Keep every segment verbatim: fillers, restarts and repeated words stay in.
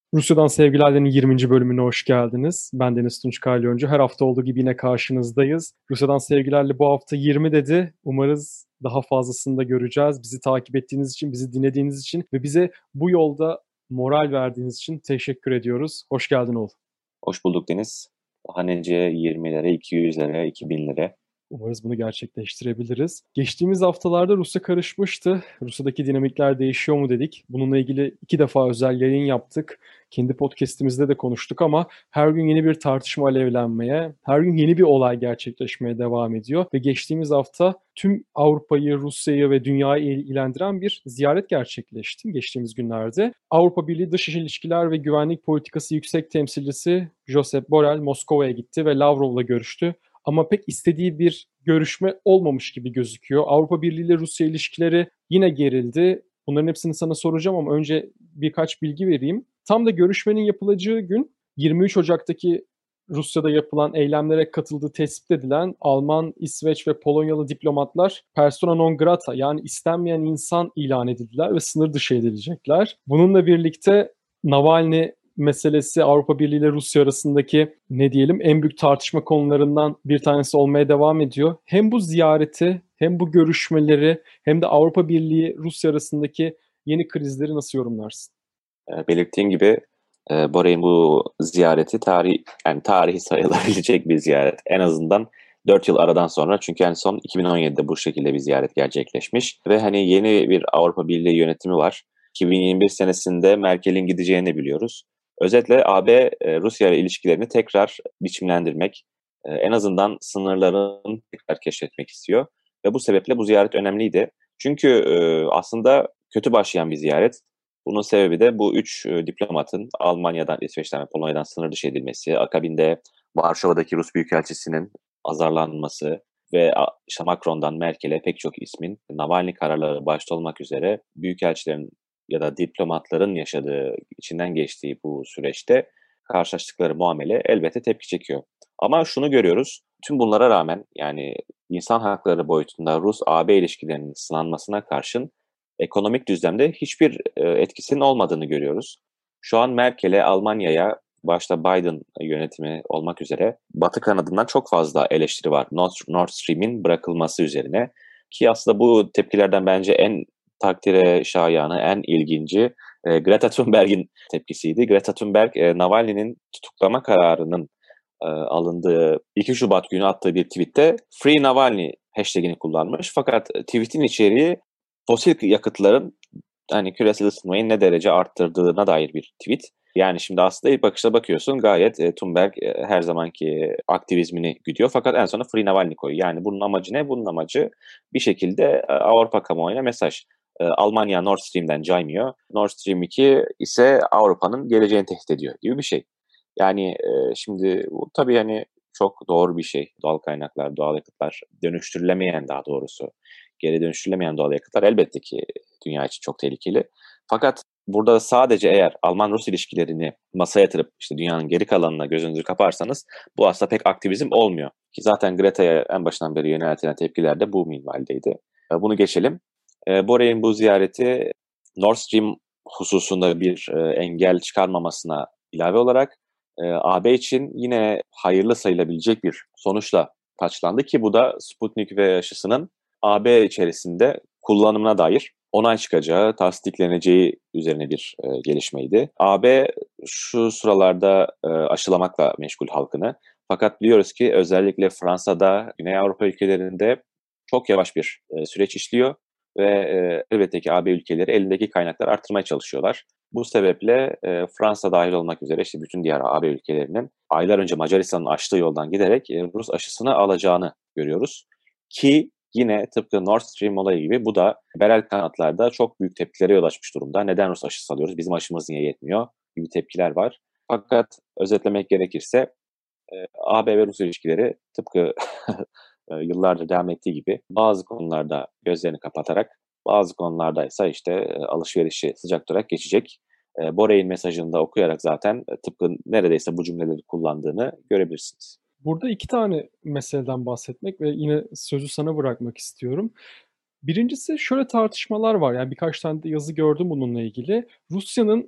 Rusya'dan Sevgiler'in yirminci bölümüne hoş geldiniz. Ben Deniz Tunç Kalyoncu. Her hafta olduğu gibi yine karşınızdayız. Rusya'dan Sevgiler'le bu hafta yirmi dedi. Umarız daha fazlasını da göreceğiz. Bizi takip ettiğiniz için, bizi dinlediğiniz için ve bize bu yolda moral verdiğiniz için teşekkür ediyoruz. Hoş geldin oğlum. Hoş bulduk Deniz. Daha nice yirmilere, iki yüzlere, iki binlere. Umarız bunu gerçekleştirebiliriz. Geçtiğimiz haftalarda Rusya karışmıştı. Rusya'daki dinamikler değişiyor mu dedik. Bununla ilgili iki defa özel yayın yaptık. Kendi podcast'imizde de konuştuk ama her gün yeni bir tartışma alevlenmeye, her gün yeni bir olay gerçekleşmeye devam ediyor. Ve geçtiğimiz hafta tüm Avrupa'yı, Rusya'yı ve dünyayı ilgilendiren bir ziyaret gerçekleşti geçtiğimiz günlerde. Avrupa Birliği Dış İlişkiler ve Güvenlik Politikası Yüksek Temsilcisi Josep Borrell Moskova'ya gitti ve Lavrov'la görüştü. Ama pek istediği bir görüşme olmamış gibi gözüküyor. Avrupa Birliği ile Rusya ilişkileri yine gerildi. Bunların hepsini sana soracağım ama önce birkaç bilgi vereyim. Tam da görüşmenin yapılacağı gün yirmi üç Ocak'taki Rusya'da yapılan eylemlere katıldığı tespit edilen Alman, İsveç ve Polonyalı diplomatlar persona non grata yani istenmeyen insan ilan edildiler ve sınır dışı edilecekler. Bununla birlikte Navalny meselesi Avrupa Birliği ile Rusya arasındaki ne diyelim en büyük tartışma konularından bir tanesi olmaya devam ediyor. Hem bu ziyareti hem bu görüşmeleri hem de Avrupa Birliği Rusya arasındaki yeni krizleri nasıl yorumlarsın? E, belirttiğin gibi e, Boray'ın bu ziyareti tarih, yani tarihi sayılabilecek bir ziyaret. En azından dört yıl aradan sonra, çünkü en son iki bin on yedide bu şekilde bir ziyaret gerçekleşmiş. Ve hani yeni bir Avrupa Birliği yönetimi var. iki bin yirmi bir senesinde Merkel'in gideceğini biliyoruz. Özetle A B e, Rusya ile ilişkilerini tekrar biçimlendirmek, e, en azından sınırlarını tekrar keşfetmek istiyor. Ve bu sebeple bu ziyaret önemliydi. Çünkü e, aslında kötü başlayan bir ziyaret. Bunun sebebi de bu üç e, diplomatın Almanya'dan, İsveç'ten ve Polonya'dan sınır dışı edilmesi, akabinde Varşova'daki Rus Büyükelçisi'nin azarlanması ve işte Macron'dan Merkel'e pek çok ismin Navalny kararları başta olmak üzere büyükelçilerin ya da diplomatların yaşadığı, içinden geçtiği bu süreçte karşılaştıkları muamele elbette tepki çekiyor. Ama şunu görüyoruz, tüm bunlara rağmen, yani insan hakları boyutunda Rus-A B ilişkilerinin sınanmasına karşın ekonomik düzlemde hiçbir e, etkisinin olmadığını görüyoruz. Şu an Merkel'e, Almanya'ya, başta Biden yönetimi olmak üzere Batı kanadından çok fazla eleştiri var Nord, Nord Stream'in bırakılması üzerine. Ki aslında bu tepkilerden bence en takdire şayanı, en ilginci e, Greta Thunberg'in tepkisiydi. Greta Thunberg, e, Navalny'nin tutuklama kararının e, alındığı iki Şubat günü attığı bir tweette Free Navalny hashtagini kullanmış. Fakat tweetin içeriği fosil yakıtların hani küresel ısınmayı ne derece arttırdığına dair bir tweet. Yani şimdi aslında ilk bakışta bakıyorsun gayet e, Thunberg e, her zamanki aktivizmini güdüyor, fakat en sona Free Navalny koyuyor. Yani bunun amacı ne? Bunun amacı bir şekilde e, Avrupa kamuoyuna mesaj. E, Almanya Nord Stream'den caymıyor. Nord Stream iki ise Avrupa'nın geleceğini tehdit ediyor gibi bir şey. Yani e, şimdi bu tabii hani çok doğru bir şey. Doğal kaynaklar, doğal yakıtlar, dönüştürülemeyen, daha doğrusu geri dönüştürülemeyen doğal yakıtlar elbette ki dünya için çok tehlikeli. Fakat burada sadece eğer Alman-Rus ilişkilerini masaya yatırıp işte dünyanın geri kalanına gözünüzü kaparsanız bu aslında pek aktivizm olmuyor. Ki zaten Greta'ya en başından beri yöneltilen tepkiler de bu minvaldeydi. E, Bunu geçelim. E, Borrell'in bu ziyareti Nord Stream hususunda bir e, engel çıkarmamasına ilave olarak e, A B için yine hayırlı sayılabilecek bir sonuçla taçlandı, ki bu da Sputnik V aşısının A B içerisinde kullanımına dair onay çıkacağı, tasdikleneceği üzerine bir e, gelişmeydi. A B şu sıralarda e, aşılamakla meşgul halkını. Fakat biliyoruz ki özellikle Fransa'da, Güney Avrupa ülkelerinde çok yavaş bir e, süreç işliyor ve e, elbette ki A B ülkeleri elindeki kaynakları artırmaya çalışıyorlar. Bu sebeple e, Fransa dahil olmak üzere işte bütün diğer A B ülkelerinin aylar önce Macaristan'ın açtığı yoldan giderek e, Rus aşısını alacağını görüyoruz. Ki yine tıpkı Nord Stream olayı gibi bu da liberal kanatlarda çok büyük tepkilere yol açmış durumda. Neden Rus aşısı alıyoruz? Bizim aşımız niye yetmiyor? Gibi tepkiler var. Fakat özetlemek gerekirse e, A B ve Rus ilişkileri tıpkı e, yıllardır devam ettiği gibi bazı konularda gözlerini kapatarak, bazı konularda ise işte e, alışverişi sıcak tutarak geçecek. E, Borrell'in mesajını da okuyarak zaten e, tıpkı neredeyse bu cümleleri kullandığını görebilirsiniz. Burada iki tane meseleden bahsetmek ve yine sözü sana bırakmak istiyorum. Birincisi şöyle tartışmalar var. Yani birkaç tane de yazı gördüm bununla ilgili. Rusya'nın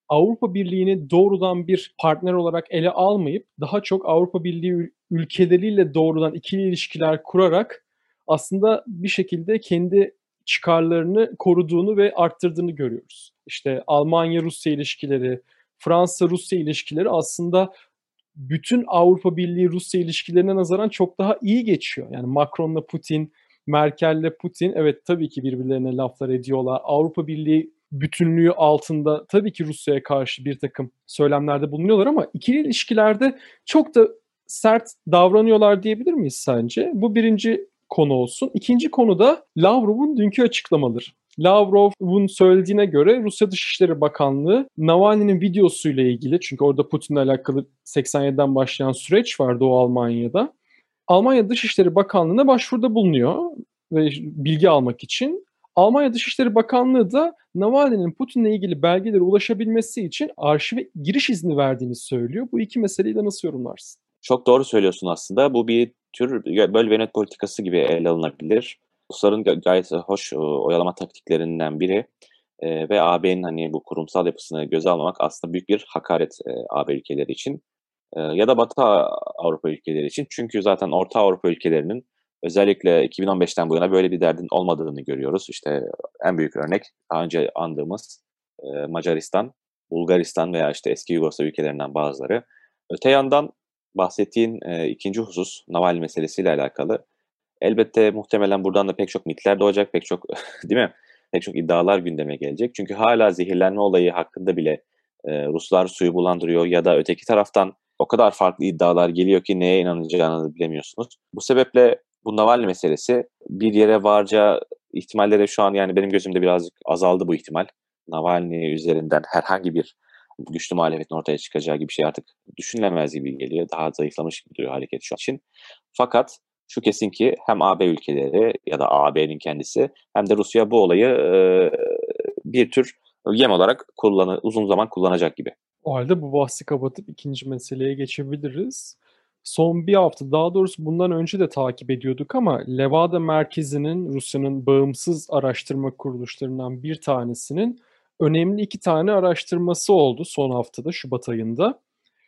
Avrupa Birliği'ni doğrudan bir partner olarak ele almayıp daha çok Avrupa Birliği ülkeleriyle doğrudan ikili ilişkiler kurarak aslında bir şekilde kendi çıkarlarını koruduğunu ve arttırdığını görüyoruz. İşte Almanya-Rusya ilişkileri, Fransa-Rusya ilişkileri aslında bütün Avrupa Birliği-Rusya ilişkilerine nazaran çok daha iyi geçiyor. Yani Macron'la Putin, Merkel'le Putin evet tabii ki birbirlerine laflar ediyorlar. Avrupa Birliği bütünlüğü altında tabii ki Rusya'ya karşı bir takım söylemlerde bulunuyorlar ama ikili ilişkilerde çok da sert davranıyorlar diyebilir miyiz sence? Bu birinci konu olsun. İkinci konu da Lavrov'un dünkü açıklamaları. Lavrov'un söylediğine göre Rusya Dışişleri Bakanlığı Navalny'nin videosuyla ilgili, çünkü orada Putin'le alakalı seksen yediden başlayan süreç var Doğu Almanya'da. Almanya Dışişleri Bakanlığı'na başvuruda bulunuyor ve bilgi almak için. Almanya Dışişleri Bakanlığı da Navalny'nin Putin'le ilgili belgelere ulaşabilmesi için arşive giriş izni verdiğini söylüyor. Bu iki meseleyi de nasıl yorumlarsın? Çok doğru söylüyorsun aslında. Bu bir tür böl ve yönet politikası gibi ele alınabilir. Rusların gayet hoş oyalama taktiklerinden biri e, ve A B'nin hani bu kurumsal yapısını göze almamak aslında büyük bir hakaret e, A B ülkeleri için e, ya da Batı Avrupa ülkeleri için. Çünkü zaten Orta Avrupa ülkelerinin özellikle iki bin on beşten bu yana böyle bir derdin olmadığını görüyoruz. İşte en büyük örnek daha önce andığımız e, Macaristan, Bulgaristan veya işte eski Yugoslav ülkelerinden bazıları. Öte yandan bahsettiğin e, ikinci husus Navalny meselesiyle alakalı. Elbette muhtemelen buradan da pek çok mitler doğacak, pek çok değil mi? Pek çok iddialar gündeme gelecek. Çünkü hala zehirlenme olayı hakkında bile e, Ruslar suyu bulandırıyor ya da öteki taraftan o kadar farklı iddialar geliyor ki neye inanacağını bilemiyorsunuz. Bu sebeple bu Navalny meselesi bir yere varacağı ihtimalleri şu an yani benim gözümde birazcık azaldı bu ihtimal. Navalny üzerinden herhangi bir güçlü muhalefetin ortaya çıkacağı gibi bir şey artık düşünülemez gibi geliyor. Daha zayıflamış gibi duruyor hareket şu an için. Fakat şu kesin ki hem A B ülkeleri ya da A B'nin kendisi hem de Rusya bu olayı e, bir tür yem olarak kullanı, uzun zaman kullanacak gibi. O halde bu bahsi kapatıp ikinci meseleye geçebiliriz. Son bir hafta, daha doğrusu bundan önce de takip ediyorduk ama Levada Merkezi'nin, Rusya'nın bağımsız araştırma kuruluşlarından bir tanesinin önemli iki tane araştırması oldu son haftada, Şubat ayında.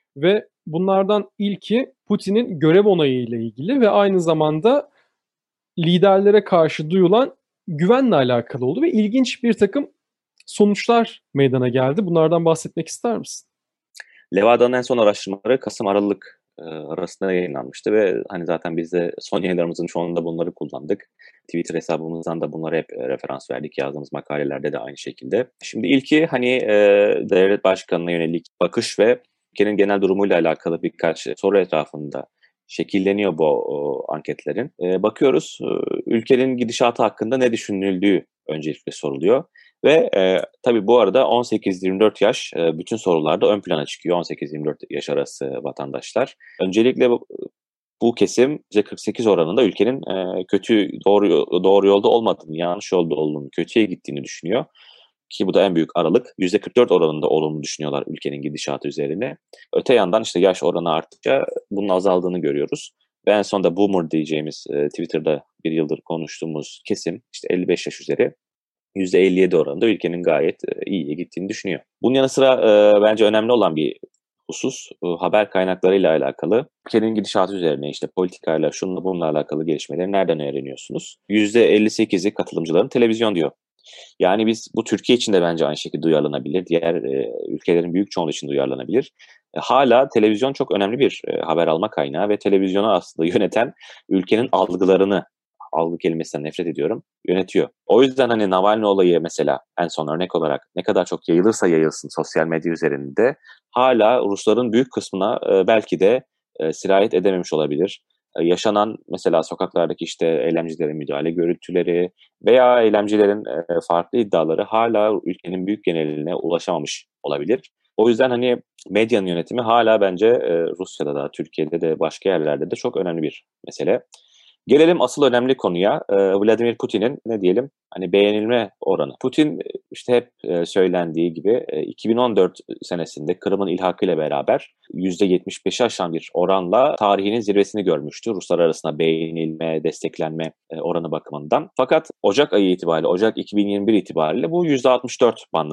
Ve bunlardan ilki Putin'in görev onayı ile ilgili ve aynı zamanda liderlere karşı duyulan güvenle alakalı oldu ve ilginç bir takım sonuçlar meydana geldi. Bunlardan bahsetmek ister misin? Levada'nın en son araştırmaları Kasım-Aralık e, arasında yayınlanmıştı ve hani zaten biz de son yayınlarımızın çoğunda bunları kullandık. Twitter hesabımızdan da bunları hep referans verdik. Yazdığımız makalelerde de aynı şekilde. Şimdi ilki hani e, devlet başkanına yönelik bakış ve ülkenin genel durumuyla alakalı birkaç soru etrafında şekilleniyor bu o, anketlerin. E, bakıyoruz e, ülkenin gidişatı hakkında ne düşünüldüğü öncelikle soruluyor. Ve e, tabii bu arada on sekiz yirmi dört yaş e, bütün sorularda ön plana çıkıyor. on sekiz yirmi dört yaş arası vatandaşlar. Öncelikle bu, bu kesim yüzde kırk sekiz oranında ülkenin e, kötü doğru doğru yolda olmadığını, yanlış yolda olduğunu, kötüye gittiğini düşünüyor. Ki bu da en büyük aralık. yüzde kırk dört oranında olumlu düşünüyorlar ülkenin gidişatı üzerine. Öte yandan işte yaş oranı arttıkça bunun azaldığını görüyoruz. Ve en son da boomer diyeceğimiz e, Twitter'da bir yıldır konuştuğumuz kesim işte elli beş yaş üzeri yüzde elli yedi oranında ülkenin gayet e, iyiye gittiğini düşünüyor. Bunun yanı sıra e, bence önemli olan bir husus e, haber kaynaklarıyla alakalı. Ülkenin gidişatı üzerine işte politikayla şununla bununla alakalı gelişmeleri nereden öğreniyorsunuz? yüzde elli sekizi katılımcıların televizyon diyor. Yani biz bu Türkiye için de bence aynı şekilde duyarlanabilir. Diğer e, ülkelerin büyük çoğunluğu için duyarlanabilir. E, hala televizyon çok önemli bir e, haber alma kaynağı ve televizyonu aslında yöneten ülkenin algılarını, algı kelimesinden nefret ediyorum, yönetiyor. O yüzden hani Navalny olayı mesela en son örnek olarak ne kadar çok yayılırsa yayılsın sosyal medya üzerinde hala Rusların büyük kısmına e, belki de e, sirayet edememiş olabilir. E, yaşanan mesela sokaklardaki işte eylemcilere müdahale görüntüleri veya eylemcilerin e, farklı iddiaları hala ülkenin büyük geneline ulaşamamış olabilir. O yüzden hani medyanın yönetimi hala bence e, Rusya'da da, Türkiye'de de, başka yerlerde de çok önemli bir mesele. Gelelim asıl önemli konuya. E, Vladimir Putin'in ne diyelim hani beğenilme oranı. Putin işte hep e, söylendiği gibi e, iki bin on dört senesinde Kırım'ın ilhakıyla beraber yüzde yetmiş beşi aşan bir oranla tarihinin zirvesini görmüştü. Ruslar arasında beğenilme, desteklenme e, oranı bakımından. Fakat Ocak ayı itibariyle, Ocak iki bin yirmi bir itibariyle bu yüzde altmış dört bandında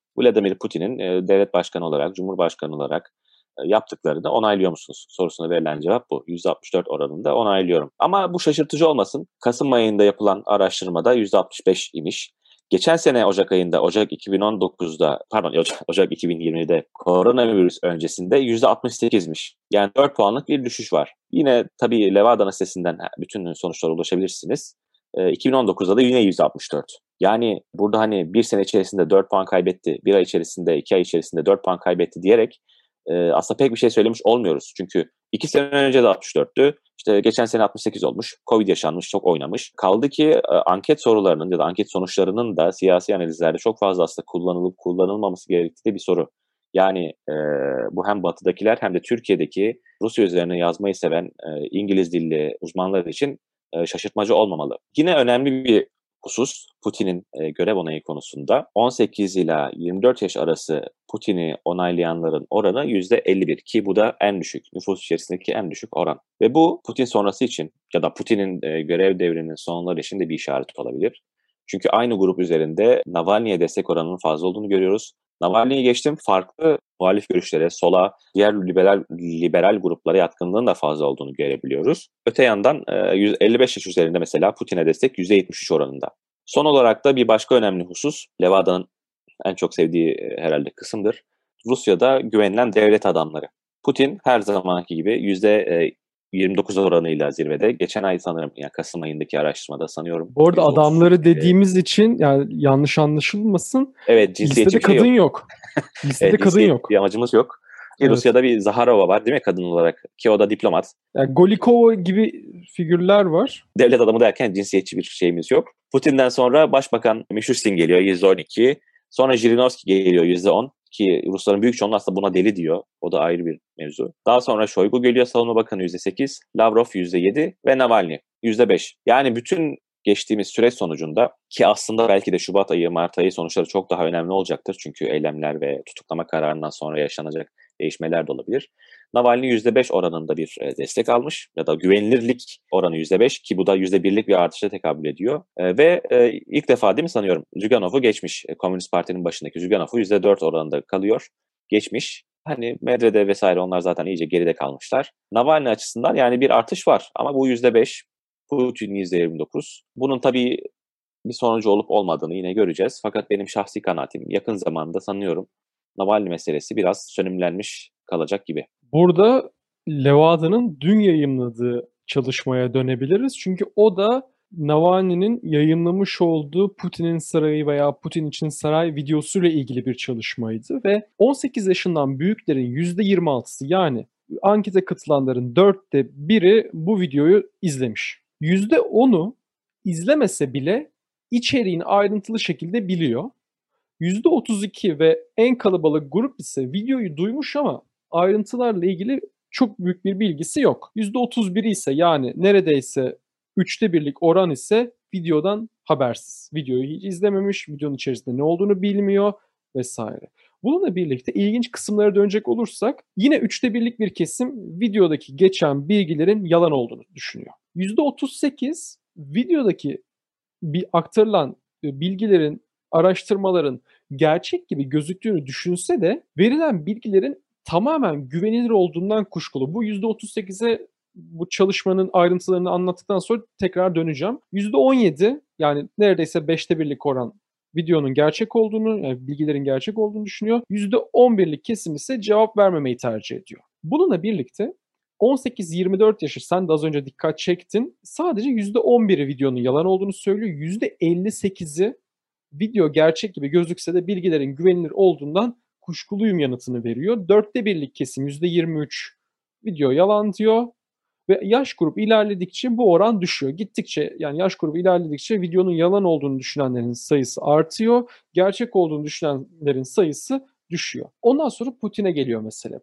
Vladimir Putin'in e, devlet başkanı olarak, cumhurbaşkanı olarak e, yaptıklarını onaylıyor musunuz sorusuna verilen cevap bu. yüzde altmış dört oranında onaylıyorum. Ama bu şaşırtıcı olmasın. Kasım ayında yapılan araştırmada yüzde altmış beş imiş. Geçen sene Ocak ayında, Ocak iki bin on dokuzda, pardon Ocak, Ocak iki bin yirmide koronavirüs öncesinde yüzde altmış sekizmiş. Yani dört puanlık bir düşüş var. Yine tabii Levada'nın sitesinden bütün sonuçlara ulaşabilirsiniz. E, iki bin on dokuzda da yine yüzde altmış dört. Yani burada hani bir sene içerisinde dört puan kaybetti, bir ay içerisinde, iki ay içerisinde dört puan kaybetti diyerek e, aslında pek bir şey söylemiş olmuyoruz. Çünkü iki sene önce de altmış dörttü. İşte geçen sene altmış sekiz olmuş. Covid yaşanmış, çok oynamış. Kaldı ki e, anket sorularının ya da anket sonuçlarının da siyasi analizlerde çok fazla aslında kullanılıp kullanılmaması gerektiği de bir soru. Yani e, bu hem batıdakiler hem de Türkiye'deki Rusya üzerine yazmayı seven e, İngiliz dilli uzmanlar için e, şaşırtmacı olmamalı. Yine önemli bir husus Putin'in e, görev onayı konusunda on sekiz ila yirmi dört yaş arası Putin'i onaylayanların oranı yüzde elli bir ki bu da en düşük, nüfus içerisindeki en düşük oran. Ve bu Putin sonrası için ya da Putin'in e, görev devrinin sonları için de bir işaret olabilir. Çünkü aynı grup üzerinde Navalny'e destek oranının fazla olduğunu görüyoruz. Navalny'yi geçtim, farklı muhalif görüşlere, sola, diğer liberal liberal gruplara yatkınlığın da fazla olduğunu görebiliyoruz. Öte yandan yüz elli beş yaş üzerinde mesela Putin'e destek yüzde yetmiş üç oranında. Son olarak da bir başka önemli husus, Levada'nın en çok sevdiği herhalde kısımdır. Rusya'da güvenilen devlet adamları. Putin her zamanki gibi yüzde yirmi dokuz oranıyla zirvede. Geçen ay sanırım, yani Kasım ayındaki araştırmada sanıyorum. Bu arada yüzde otuz adamları dediğimiz e, için yani yanlış anlaşılmasın. Evet, cinsiyetçi listede bir şey kadın yok. yok. Listede evet, kadın yok. Bir amacımız yok. Evet. Rusya'da bir Zaharova var değil mi kadın olarak? Ki o da diplomat. Yani Golikova gibi figürler var. Devlet adamı derken cinsiyetçi bir şeyimiz yok. Putin'den sonra Başbakan Mishustin geliyor yüzde on iki. Sonra Zhirinovskiy geliyor yüzde on. Ki Rusların büyük çoğunluğu aslında buna deli diyor. O da ayrı bir mevzu. Daha sonra Shoigu geliyor, Savunma Bakanı yüzde sekiz. Lavrov yüzde yedi ve Navalny yüzde beş. Yani bütün geçtiğimiz süreç sonucunda, ki aslında belki de Şubat ayı, Mart ayı sonuçları çok daha önemli olacaktır. Çünkü eylemler ve tutuklama kararından sonra yaşanacak değişmeler de olabilir. Navalny yüzde beş oranında bir destek almış ya da güvenilirlik oranı yüzde beş ki bu da yüzde birlik bir artışa tekabül ediyor. E, ve e, ilk defa değil mi sanıyorum Zyuganov'u geçmiş. E, Komünist Parti'nin başındaki Zyuganov'u yüzde dört oranında kalıyor. Geçmiş. Hani Medvedev vesaire onlar zaten iyice geride kalmışlar. Navalny açısından yani bir artış var ama bu yüzde beş, Putin yüzde yirmi dokuz. Bunun tabii bir sonucu olup olmadığını yine göreceğiz. Fakat benim şahsi kanaatim yakın zamanda sanıyorum Navalny meselesi biraz sönümlenmiş kalacak gibi. Burada Levada'nın dün yayımladığı çalışmaya dönebiliriz. Çünkü o da Navalny'nin yayınlamış olduğu Putin'in Sarayı veya Putin için Saray videosuyla ilgili bir çalışmaydı. Ve on sekiz yaşından büyüklerin yüzde yirmi altısı yani ankete katılanların dörtte biri bu videoyu izlemiş. yüzde onu izlemese bile içeriğini ayrıntılı şekilde biliyor. yüzde otuz iki ve en kalabalık grup ise videoyu duymuş ama ayrıntılarla ilgili çok büyük bir bilgisi yok. yüzde otuz biri ise yani neredeyse üçte birlik oran ise videodan habersiz. Videoyu hiç izlememiş, videonun içerisinde ne olduğunu bilmiyor vesaire. Bununla birlikte ilginç kısımlara dönecek olursak yine üçte birlik bir kesim videodaki geçen bilgilerin yalan olduğunu düşünüyor. yüzde otuz sekiz videodaki bir aktarılan bilgilerin, araştırmaların gerçek gibi gözüktüğünü düşünse de verilen bilgilerin tamamen güvenilir olduğundan kuşkulu. Bu yüzde otuz sekize bu çalışmanın ayrıntılarını anlattıktan sonra tekrar döneceğim. yüzde on yedi yani neredeyse beşte birlik oran videonun gerçek olduğunu, yani bilgilerin gerçek olduğunu düşünüyor. yüzde on birlik kesim ise cevap vermemeyi tercih ediyor. Bununla birlikte on sekiz yirmi dört yaşı sen de az önce dikkat çektin. Sadece yüzde on biri videonun yalan olduğunu söylüyor. yüzde elli sekizi video gerçek gibi gözükse de bilgilerin güvenilir olduğundan kuşkuluyum yanıtını veriyor. Dörtte birlik kesim yüzde yirmi üç video yalan diyor. Ve yaş grubu ilerledikçe bu oran düşüyor. Gittikçe yani yaş grubu ilerledikçe videonun yalan olduğunu düşünenlerin sayısı artıyor. Gerçek olduğunu düşünenlerin sayısı düşüyor. Ondan sonra Putin'e geliyor mesele.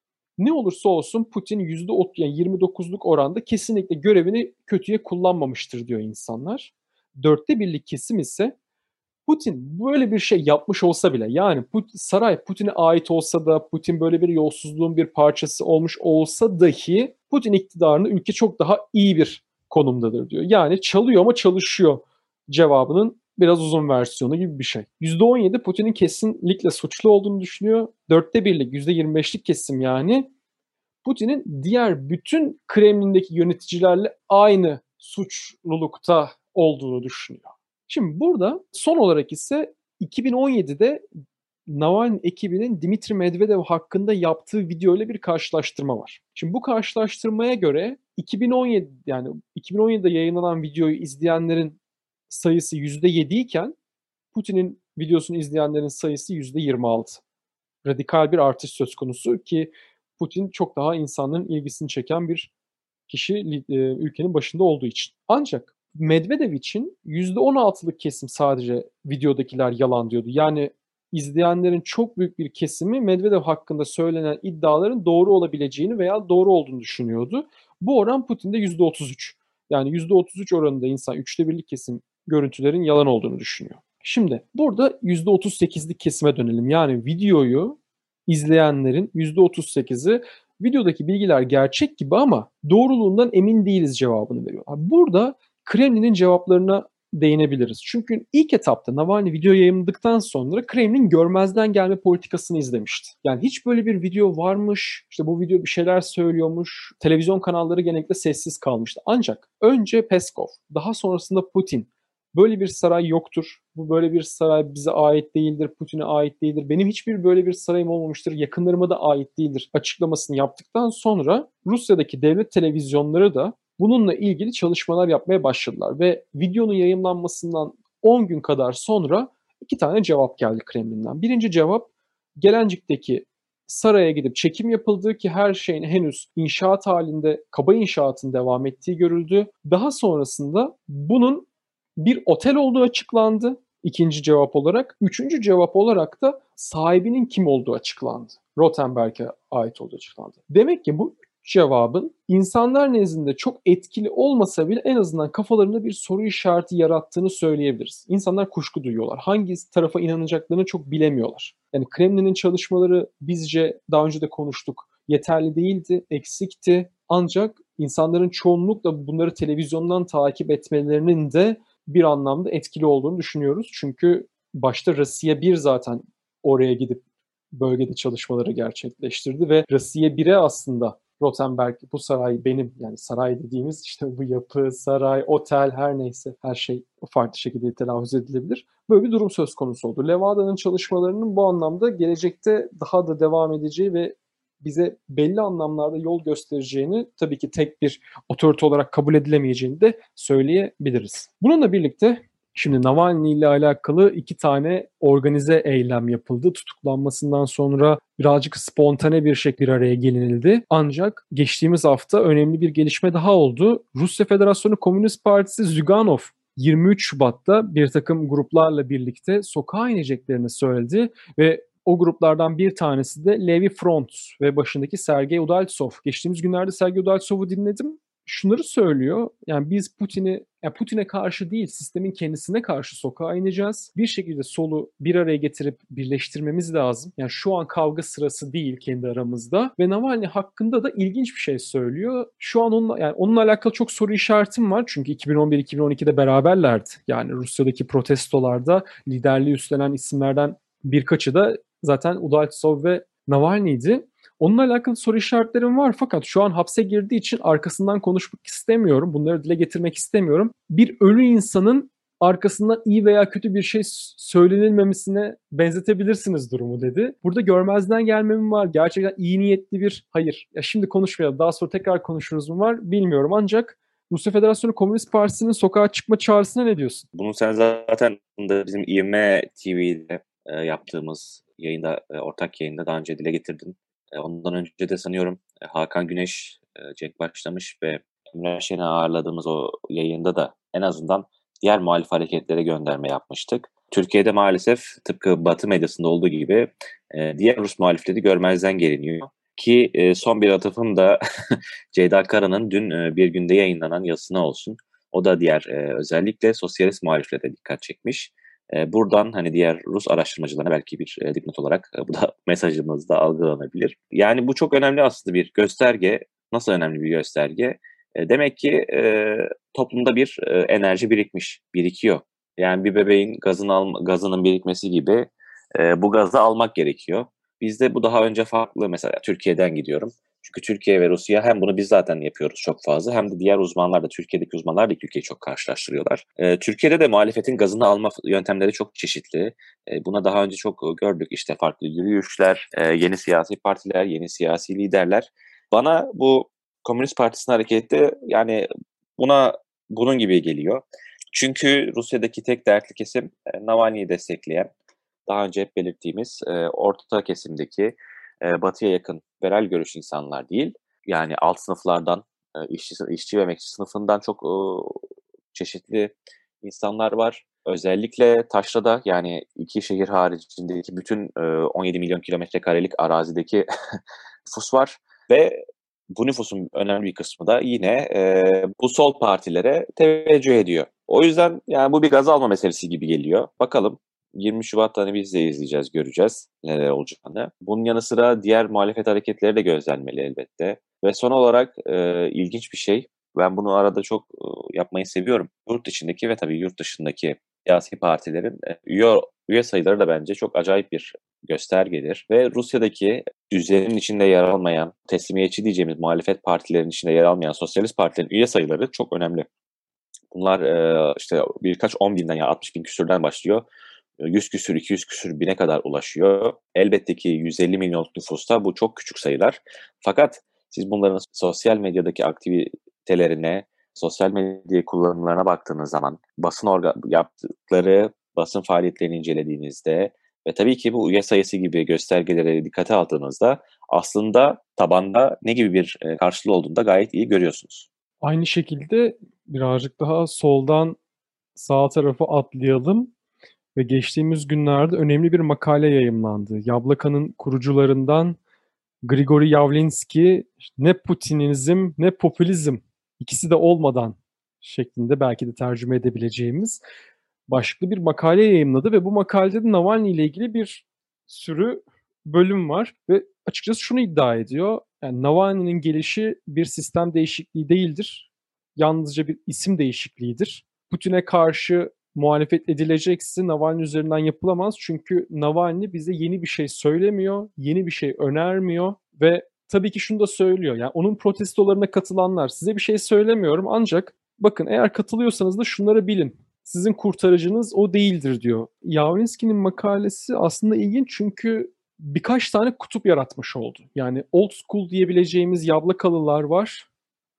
Ne olursa olsun Putin yüzde otuz yani yirmi dokuzluk oranda kesinlikle görevini kötüye kullanmamıştır diyor insanlar. Dörtte birlik kesim ise Putin böyle bir şey yapmış olsa bile yani Putin, saray Putin'e ait olsa da Putin böyle bir yolsuzluğun bir parçası olmuş olsa dahi Putin iktidarında ülke çok daha iyi bir konumdadır diyor. Yani çalıyor ama çalışıyor cevabının biraz uzun versiyonu gibi bir şey. yüzde on yedi Putin'in kesinlikle suçlu olduğunu düşünüyor. Dörtte birlik, yüzde yirmi beşlik kesim yani Putin'in diğer bütün Kremlin'deki yöneticilerle aynı suçlulukta olduğunu düşünüyor. Şimdi burada son olarak ise iki bin on yedide Navalny ekibinin Dmitri Medvedev hakkında yaptığı video ile bir karşılaştırma var. Şimdi bu karşılaştırmaya göre iki bin on yedi yani iki bin on yedide yayınlanan videoyu izleyenlerin sayısı yüzde yedi iken Putin'in videosunu izleyenlerin sayısı yüzde yirmi altı. Radikal bir artış söz konusu ki Putin çok daha insanların ilgisini çeken bir kişi ülkenin başında olduğu için. Ancak Medvedev için yüzde on altılık kesim sadece videodakiler yalan diyordu. Yani izleyenlerin çok büyük bir kesimi Medvedev hakkında söylenen iddiaların doğru olabileceğini veya doğru olduğunu düşünüyordu. Bu oran Putin'de yüzde otuz üç. Yani yüzde otuz üç oranında insan üçte birlik kesim görüntülerin yalan olduğunu düşünüyor. Şimdi burada yüzde otuz sekizlik kesime dönelim. Yani videoyu izleyenlerin yüzde otuz sekizi videodaki bilgiler gerçek gibi ama doğruluğundan emin değiliz cevabını veriyor. Burada Kremlin'in cevaplarına değinebiliriz. Çünkü ilk etapta Navalny video yayınladıktan sonra Kremlin görmezden gelme politikasını izlemişti. Yani hiç böyle bir video varmış, işte bu video bir şeyler söylüyormuş, televizyon kanalları genellikle sessiz kalmıştı. Ancak önce Peskov, daha sonrasında Putin, böyle bir saray yoktur, bu böyle bir saray bize ait değildir, Putin'e ait değildir, benim hiçbir böyle bir sarayım olmamıştır, yakınlarıma da ait değildir açıklamasını yaptıktan sonra Rusya'daki devlet televizyonları da bununla ilgili çalışmalar yapmaya başladılar ve videonun yayınlanmasından on gün kadar sonra iki tane cevap geldi Kremlin'den. Birinci cevap, Gelencik'teki saraya gidip çekim yapıldığı ki her şeyin henüz inşaat halinde, kaba inşaatın devam ettiği görüldü. Daha sonrasında bunun bir otel olduğu açıklandı ikinci cevap olarak. Üçüncü cevap olarak da sahibinin kim olduğu açıklandı. Rothenberg'e ait olduğu açıklandı. Demek ki bu cevabın insanlar nezdinde çok etkili olmasa bile en azından kafalarında bir soru işareti yarattığını söyleyebiliriz. İnsanlar kuşku duyuyorlar. Hangi tarafa inanacaklarını çok bilemiyorlar. Yani Kremlin'in çalışmaları bizce daha önce de konuştuk. Yeterli değildi, eksikti. Ancak insanların çoğunlukla bunları televizyondan takip etmelerinin de bir anlamda etkili olduğunu düşünüyoruz. Çünkü başta Rusya bir zaten oraya gidip bölgede çalışmaları gerçekleştirdi ve Rusya bire aslında Rothenberg bu saray benim, yani saray dediğimiz işte bu yapı, saray, otel her neyse her şey farklı şekilde telaffuz edilebilir. Böyle bir durum söz konusu oldu. Levada'nın çalışmalarının bu anlamda gelecekte daha da devam edeceği ve bize belli anlamlarda yol göstereceğini, tabii ki tek bir otorite olarak kabul edilemeyeceğini de söyleyebiliriz. Bununla birlikte şimdi Navalny ile alakalı iki tane organize eylem yapıldı. Tutuklanmasından sonra birazcık spontane bir şekilde bir araya gelinildi. Ancak geçtiğimiz hafta önemli bir gelişme daha oldu. Rusya Federasyonu Komünist Partisi Zyuganov yirmi üç Şubat'ta bir takım gruplarla birlikte sokağa ineceklerini söyledi ve o gruplardan bir tanesi de Levi Front ve başındaki Sergey Udaltsov. Geçtiğimiz günlerde Sergey Udaltsov'u dinledim. Şunları söylüyor. Yani biz Putin'i, yani Putin'e karşı değil, sistemin kendisine karşı sokağa ineceğiz. Bir şekilde solu bir araya getirip birleştirmemiz lazım. Yani şu an kavga sırası değil kendi aramızda. Ve Navalny hakkında da ilginç bir şey söylüyor. Şu an onunla, yani onunla alakalı çok soru işaretim var. Çünkü iki bin on bir iki bin on ikide beraberlerdi. Yani Rusya'daki protestolarda liderliği üstlenen isimlerden birkaçı da zaten Udaltsov ve Navalny'ydi. Onunla alakalı soru işaretlerim var fakat şu an hapse girdiği için arkasından konuşmak istemiyorum. Bunları dile getirmek istemiyorum. Bir ölü insanın arkasından iyi veya kötü bir şey söylenilmemesine benzetebilirsiniz durumu dedi. Burada görmezden gelmem var. Gerçekten iyi niyetli bir hayır. Ya şimdi konuşmayalım. Daha sonra tekrar konuşuruz mu var bilmiyorum ancak Rusya Federasyonu Komünist Partisi'nin sokağa çıkma çağrısına ne diyorsun? Bunu sen zaten bizim İ M T V'de yaptığımız yayında, ortak yayında daha önce dile getirdin. Ondan önce de sanıyorum Hakan Güneş, Cenk Başlamış ve Emre Şen'i ağırladığımız o yayında da en azından diğer muhalif hareketlere gönderme yapmıştık. Türkiye'de maalesef tıpkı Batı medyasında olduğu gibi diğer Rus muhalifleri görmezden geliniyor. Ki son bir atıfım da Ceyda Kara'nın dün bir günde yayınlanan yazısına olsun. O da diğer özellikle sosyalist muhaliflere dikkat çekmiş. Buradan hani diğer Rus araştırmacılarına belki bir dipnot olarak bu da mesajımızda algılanabilir. Yani bu çok önemli aslında bir gösterge. Nasıl önemli bir gösterge? Demek ki toplumda bir enerji birikmiş, birikiyor. Yani bir bebeğin gazını alma, gazının birikmesi gibi e, bu gazı almak gerekiyor. Bizde bu daha önce farklı, mesela Türkiye'den gidiyorum. Çünkü Türkiye ve Rusya hem bunu biz zaten yapıyoruz çok fazla, hem de diğer uzmanlar da, Türkiye'deki uzmanlar da Türkiye'yi çok karşılaştırıyorlar. E, Türkiye'de de muhalefetin gazını alma yöntemleri çok çeşitli. E, buna daha önce çok gördük, işte farklı yürüyüşler, e, yeni siyasi partiler, yeni siyasi liderler. Bana bu Komünist Partisi'nin hareketi yani buna bunun gibi geliyor. Çünkü Rusya'daki tek dertli kesim e, Navalny'yi destekleyen, daha önce hep belirttiğimiz e, orta kesimdeki, e, batıya yakın liberal görüş insanlar değil. Yani alt sınıflardan, e, işçi, işçi ve emekçi sınıfından çok e, çeşitli insanlar var. Özellikle Taşra'da, yani iki şehir haricindeki bütün e, on yedi milyon kilometre karelik arazideki nüfus var ve bu nüfusun önemli bir kısmı da yine e, bu sol partilere teveccüh ediyor. O yüzden yani bu bir gaz alma meselesi gibi geliyor. Bakalım yirmi Şubat'ta hani biz de izleyeceğiz, göreceğiz neler olacağını. Bunun yanı sıra diğer muhalefet hareketleri de gözlenmeli elbette. Ve son olarak e, ilginç bir şey, ben bunu arada çok e, yapmayı seviyorum. Yurt içindeki ve tabii yurt dışındaki siyasi partilerin e, üye, üye sayıları da bence çok acayip bir göstergedir. Ve Rusya'daki düzenin içinde yer almayan, teslimiyetçi diyeceğimiz muhalefet partilerinin içinde yer almayan sosyalist partilerin üye sayıları çok önemli. Bunlar e, işte birkaç on binden ya altmış bin küsürden başlıyor. yüz küsür, iki yüz küsür bine kadar ulaşıyor. Elbette ki yüz elli milyonluk nüfusta bu çok küçük sayılar. Fakat siz bunların sosyal medyadaki aktivitelerine, sosyal medya kullanımlarına baktığınız zaman, basın orga- yaptıkları basın faaliyetlerini incelediğinizde ve tabii ki bu üye sayısı gibi göstergelere dikkate aldığınızda aslında tabanda ne gibi bir e, karşılığı olduğunu da gayet iyi görüyorsunuz. Aynı şekilde birazcık daha soldan sağ tarafa atlayalım ve geçtiğimiz günlerde önemli bir makale yayımlandı. Yablaka'nın kurucularından Grigori Yavlinski, ne Putinizm ne popülizm, ikisi de olmadan şeklinde belki de tercüme edebileceğimiz başlıklı bir makale yayımladı ve bu makalede de Navalny ile ilgili bir sürü bölüm var ve açıkçası şunu iddia ediyor. Yani Navalny'nin gelişi bir sistem değişikliği değildir. Yalnızca bir isim değişikliğidir. Putin'e karşı muhalefet edilecekse Navalny üzerinden yapılamaz. Çünkü Navalny bize yeni bir şey söylemiyor, yeni bir şey önermiyor ve tabii ki şunu da söylüyor. Yani onun protestolarına katılanlar, size bir şey söylemiyorum ancak bakın eğer katılıyorsanız da şunları bilin. Sizin kurtarıcınız o değildir diyor. Yavlinski'nin makalesi aslında ilginç çünkü birkaç tane kutup yaratmış oldu. Yani old school diyebileceğimiz Yablakalılar var.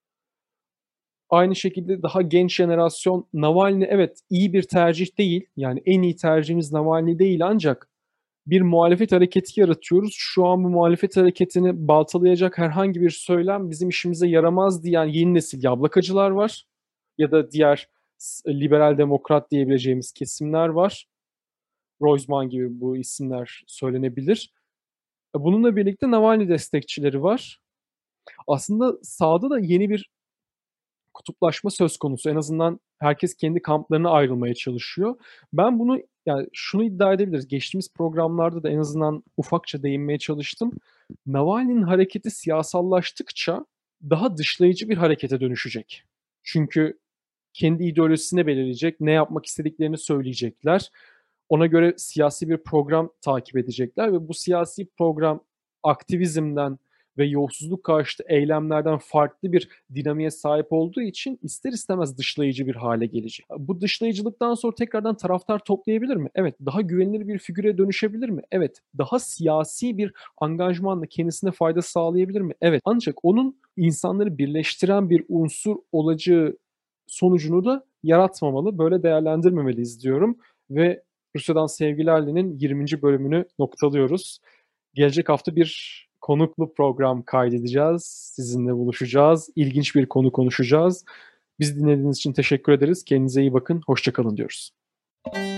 Aynı şekilde daha genç jenerasyon Navalny evet iyi bir tercih değil. Yani en iyi tercihimiz Navalny değil ancak bir muhalefet hareketi yaratıyoruz. Şu an bu muhalefet hareketini baltalayacak herhangi bir söylem bizim işimize yaramaz diyen yeni nesil yablakacılar var. Ya da diğer liberal demokrat diyebileceğimiz kesimler var. Roizman gibi bu isimler söylenebilir. Bununla birlikte Navalny destekçileri var. Aslında sağda da yeni bir kutuplaşma söz konusu. En azından herkes kendi kamplarına ayrılmaya çalışıyor. Ben bunu yani şunu iddia edebiliriz. Geçtiğimiz programlarda da en azından ufakça değinmeye çalıştım. Navalny'nin hareketi siyasallaştıkça daha dışlayıcı bir harekete dönüşecek. Çünkü kendi ideolojisini belirleyecek, ne yapmak istediklerini söyleyecekler. Ona göre siyasi bir program takip edecekler ve bu siyasi program aktivizmden ve yolsuzluk karşıtı eylemlerden farklı bir dinamiğe sahip olduğu için ister istemez dışlayıcı bir hale gelecek. Bu dışlayıcılıktan sonra tekrardan taraftar toplayabilir mi? Evet. Daha güvenilir bir figüre dönüşebilir mi? Evet. Daha siyasi bir angajmanla kendisine fayda sağlayabilir mi? Evet. Ancak onun insanları birleştiren bir unsur olacağı sonucunu da yaratmamalı. Böyle değerlendirmemeliyiz diyorum ve Rusya'dan Sevgilerle'nin yirminci bölümünü noktalıyoruz. Gelecek hafta bir konuklu program kaydedeceğiz. Sizinle buluşacağız. İlginç bir konu konuşacağız. Bizi dinlediğiniz için teşekkür ederiz. Kendinize iyi bakın. Hoşça kalın diyoruz.